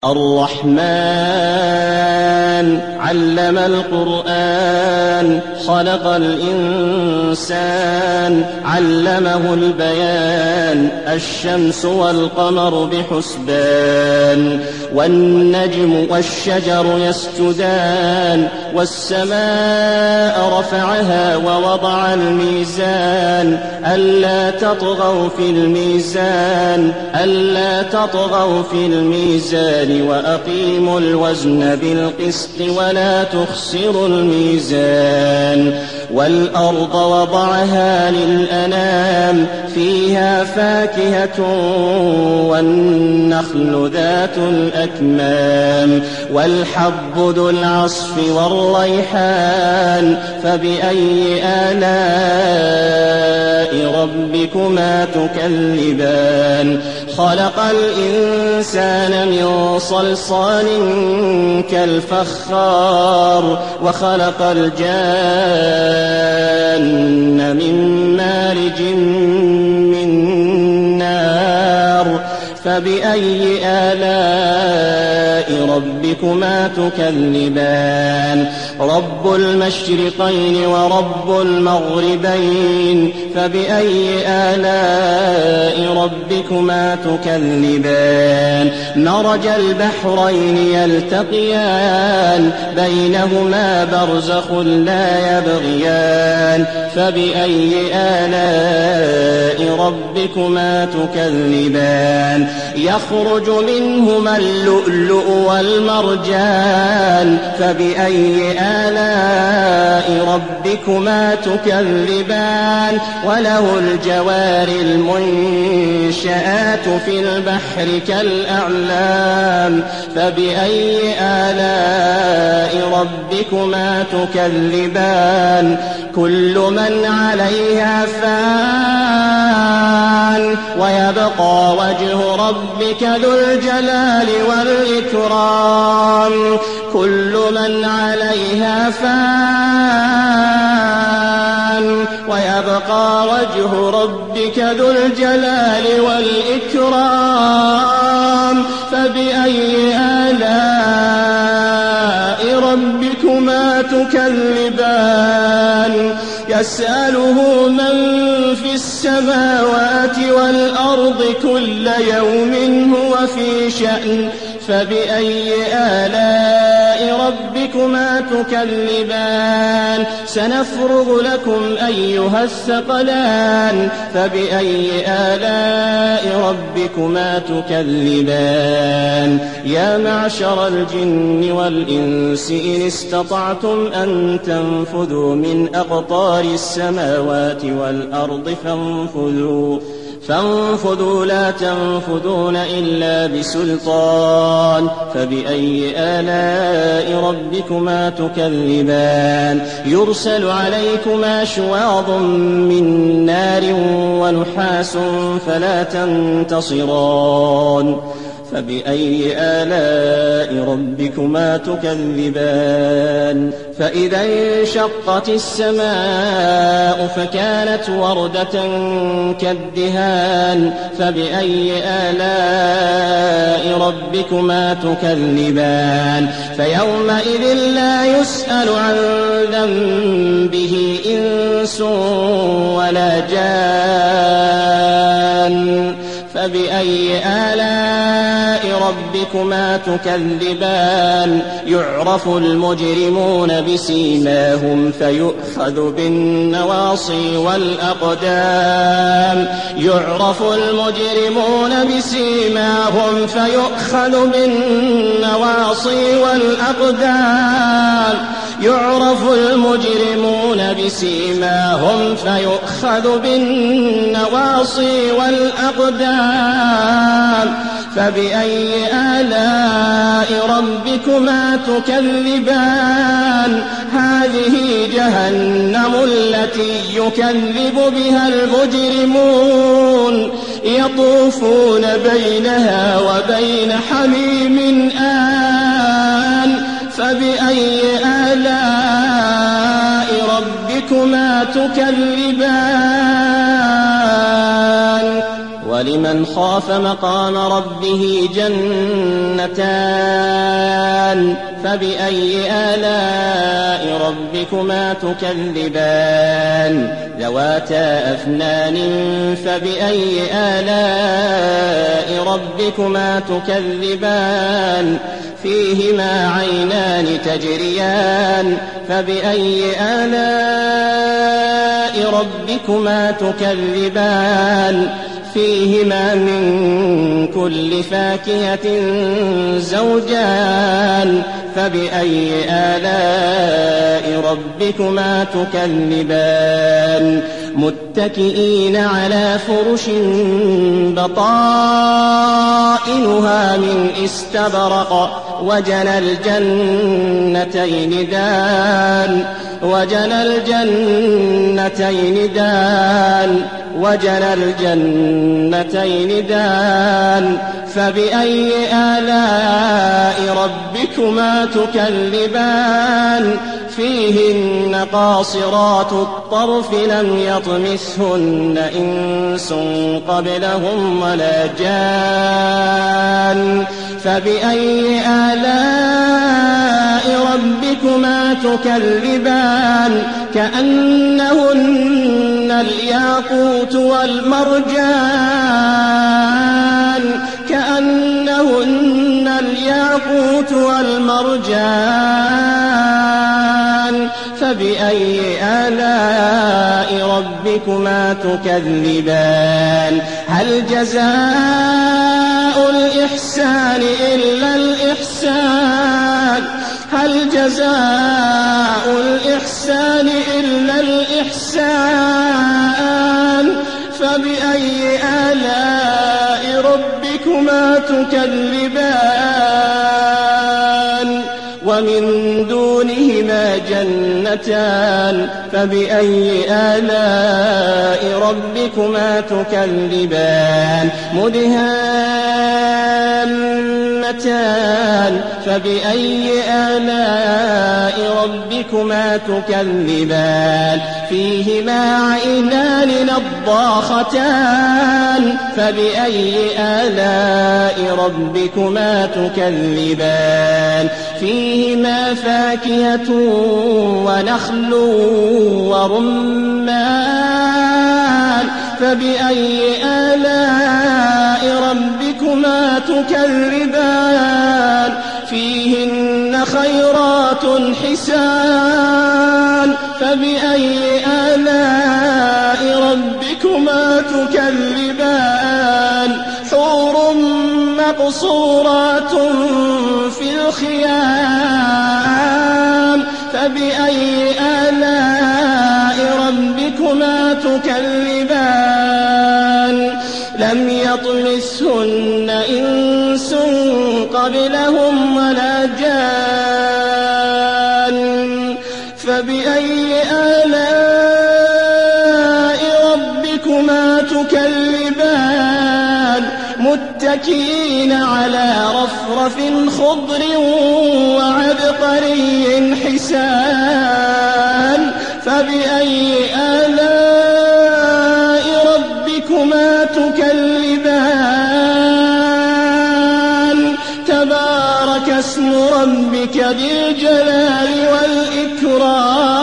الرحمن علم القرآن خلق الإنسان علمه البيان الشمس والقمر بحسبان والنجم والشجر يسجدان والسماء رفعها ووضع الميزان ألا تطغوا في الميزان وأقيموا الوزن بالقسط ولا تخسروا الميزان والأرض وضعها للأنام فيها فاكهة والنخل ذات الأكمام والحب ذو العصف والريحان فبأي آلاء ربكما تكذبان خلق الإنسان من صلصال كالفخار وخلق الجان من مارج من نار فبأي آلاء ربكما تكذبان رب المشرقين ورب المغربين فبأي آلاء ربكما تكذبان مرج البحرين يلتقيان بينهما برزخ لا يبغيان فبأي آلاء ربكما تكذبان يخرج منهما اللؤلؤ والمرجان فبأي آلاء ربكما تكذبان وله الجوار المنشآت في البحر كالأعلام فبأي آلاء ربكما تكذبان كل من عليها فان ويبقى وجه ربك ذو الجلال والإكرام كل من عليها فان ويبقى وجه ربك ذو الجلال والإكرام فبأي آلاء ربكما تكذبان يسأله من في السماوات والأرض كل يوم هو في شأن فبأي آلاء ربكما تكذبان سنفرغ لكم أيها الثقلان فبأي آلاء ربكما تكذبان يا معشر الجن والإنس إن استطعتم أن تنفذوا من أقطار السماوات والأرض فانفذوا لا تنفذون إلا بسلطان فبأي آلاء ربكما تكذبان يرسل عليكما شواظ من نار ونحاس فلا تنتصران فبأي آلاء ربكما تكذبان فإذا انشقت السماء فكانت وردة كالدهان فبأي آلاء ربكما تكذبان فيومئذ لا يسأل عن ذنبه إنس ولا جان فبأي آلاء ربكما تكذبان يعرف المجرمون بسيماهم فيؤخذ بالنواصي والأقدام يعرف المجرمون بسيماهم فيؤخذ بالنواصي والأقدام يعرف المجرمون بسيماهم فيؤخذ بالنواصي والأقدام فبأي آلاء ربكما تكذبان هذه جهنم التي يكذب بها المجرمون يطوفون بينها وبين حميم آن فبأي آلاء ربكما تكذبان ولمن خاف مقام ربه جنتان فبأي آلاء ربكما تكذبان ذواتا أفنان فبأي آلاء ربكما تكذبان فيهما عينان تجريان فبأي آلاء ربكما تكذبان فيهما من كل فاكهة زوجان فبأي آلاء ربكما تكذبان متكئين على فرش بطائنها من استبرق وجنى الجنتين دان فبأي آلاء ربكما تكذبان فيهن قاصرات الطرف لم يطمثهن إنس قبلهم ولا جان فبأي آلاء ربكما تكذبان كأنهن الياقوت والمرجان فبأي آلاء ربكما تكذبان هل جزاء الإحسان إلا الإحسان فبأي آلاء ربكما تكذبان ومن دونهما جنتان فبأي آلاء ربكما تكذبان مدهامتان فبأي آلاء ربكما تكذبان فيهما عينان نضاختان فبأي آلاء ربكما تكذبان فيهما فاكهة ونخل ورمان فبأي آلاء ربكما تكذبان فيهن خيرات حسان فبأي آلاء ربكما تكذبان حور مقصورات في الخيام فبأي آلاء ربكما تكذبان لم يطمثهن إنس قبلهم ولا جان فبأي آلاء ربكما تكذبان متكئين على رفرف خضر وعبقري حسان فبأي آلاء ربكما تكذبان تبارك اسم ربك ذي الجلال والإكرام